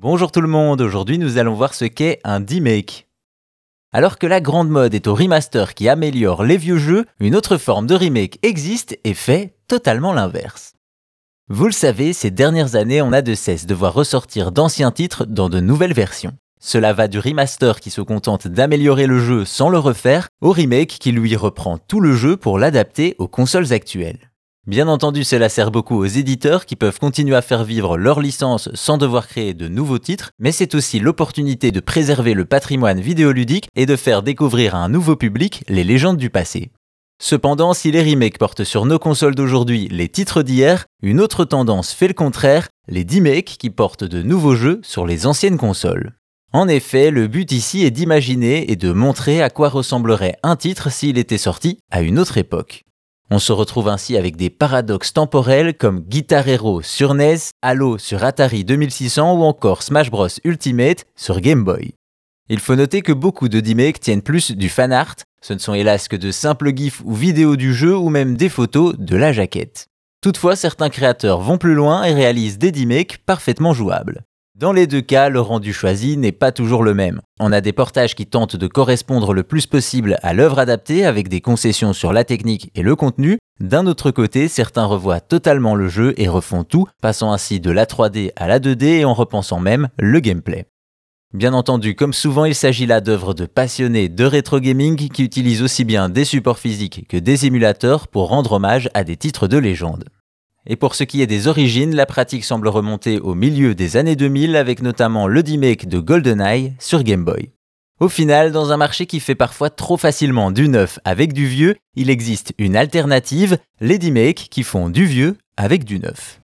Bonjour tout le monde, aujourd'hui nous allons voir ce qu'est un remake. Alors que la grande mode est au remaster qui améliore les vieux jeux, une autre forme de remake existe et fait totalement l'inverse. Vous le savez, ces dernières années, on n'a de cesse de voir ressortir d'anciens titres dans de nouvelles versions. Cela va du remaster qui se contente d'améliorer le jeu sans le refaire, au remake qui lui reprend tout le jeu pour l'adapter aux consoles actuelles. Bien entendu, cela sert beaucoup aux éditeurs qui peuvent continuer à faire vivre leur licence sans devoir créer de nouveaux titres, mais c'est aussi l'opportunité de préserver le patrimoine vidéoludique et de faire découvrir à un nouveau public les légendes du passé. Cependant, si les remakes portent sur nos consoles d'aujourd'hui les titres d'hier, une autre tendance fait le contraire, les remakes qui portent de nouveaux jeux sur les anciennes consoles. En effet, le but ici est d'imaginer et de montrer à quoi ressemblerait un titre s'il était sorti à une autre époque. On se retrouve ainsi avec des paradoxes temporels comme Guitar Hero sur NES, Halo sur Atari 2600 ou encore Smash Bros Ultimate sur Game Boy. Il faut noter que beaucoup de remakes tiennent plus du fanart, ce ne sont hélas que de simples gifs ou vidéos du jeu ou même des photos de la jaquette. Toutefois, certains créateurs vont plus loin et réalisent des remakes parfaitement jouables. Dans les deux cas, le rendu choisi n'est pas toujours le même. On a des portages qui tentent de correspondre le plus possible à l'œuvre adaptée avec des concessions sur la technique et le contenu. D'un autre côté, certains revoient totalement le jeu et refont tout, passant ainsi de la 3D à la 2D et en repensant même le gameplay. Bien entendu, comme souvent, il s'agit là d'œuvres de passionnés de rétro gaming qui utilisent aussi bien des supports physiques que des émulateurs pour rendre hommage à des titres de légende. Et pour ce qui est des origines, la pratique semble remonter au milieu des années 2000 avec notamment le remake de GoldenEye sur Game Boy. Au final, dans un marché qui fait parfois trop facilement du neuf avec du vieux, il existe une alternative, les remakes qui font du vieux avec du neuf.